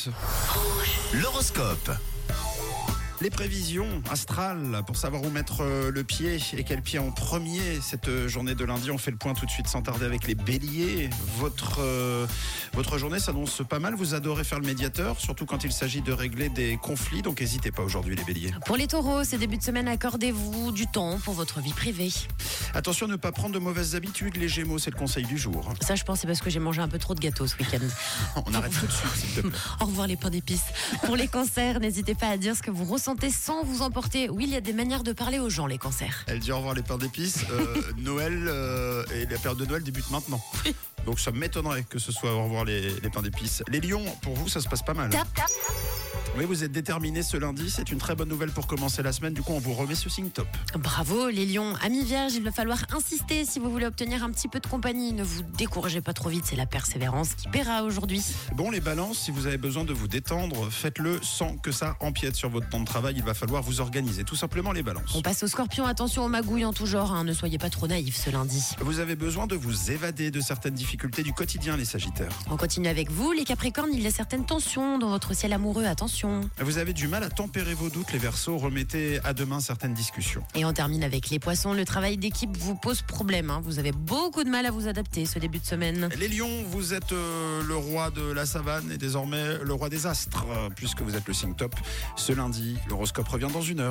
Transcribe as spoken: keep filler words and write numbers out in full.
tous. L'horoscope. Les prévisions astrales pour savoir où mettre le pied et quel pied en premier cette journée de lundi. On fait le point tout de suite sans tarder avec les béliers. Votre, euh, votre journée s'annonce pas mal. Vous adorez faire le médiateur, surtout quand il s'agit de régler des conflits. Donc n'hésitez pas aujourd'hui les béliers. Pour les taureaux, ces débuts de semaine, accordez-vous du temps pour votre vie privée. Attention à ne pas prendre de mauvaises habitudes. Les gémeaux, c'est le conseil du jour. Ça, je pense, c'est parce que j'ai mangé un peu trop de gâteaux ce week-end. On arrête tout de suite, s'il te plaît. Au revoir les pains d'épices. Pour les cancers, n'hésitez pas à dire ce que vous ressentez sans vous emporter. Oui, il y a des manières de parler aux gens, les cancers. Elle dit au revoir les pains d'épices. Euh, Noël euh, et la période de Noël débute maintenant. Donc ça m'étonnerait que ce soit au revoir les, les pains d'épices. Les lions, pour vous, ça se passe pas mal. Tap, tap. Oui, vous êtes déterminés ce lundi. C'est une très bonne nouvelle pour commencer la semaine. Du coup, on vous remet ce signe top. Bravo les lions. Amis vierges, il va falloir insister si vous voulez obtenir un petit peu de compagnie. Ne vous découragez pas trop vite, c'est la persévérance qui paiera aujourd'hui. Bon, les balances, si vous avez besoin de vous détendre, faites-le sans que ça empiète sur votre temps de travail. Il va falloir vous organiser, tout simplement les balances. On passe aux scorpions, attention aux magouilles en tout genre, hein. Ne soyez pas trop naïfs ce lundi. Vous avez besoin de vous évader de certaines difficultés du quotidien, les sagittaires. On continue avec vous, les capricornes, il y a certaines tensions dans votre ciel amoureux, attention. Vous avez du mal à tempérer vos doutes, les verseaux, remettez à demain certaines discussions. Et on termine avec les poissons, le travail d'équipe vous pose problème, hein. Vous avez beaucoup de mal à vous adapter ce début de semaine. Les lions, vous êtes euh, le roi de la savane et désormais le roi des astres, euh, puisque vous êtes le signe top. Ce lundi, l'horoscope revient dans une heure.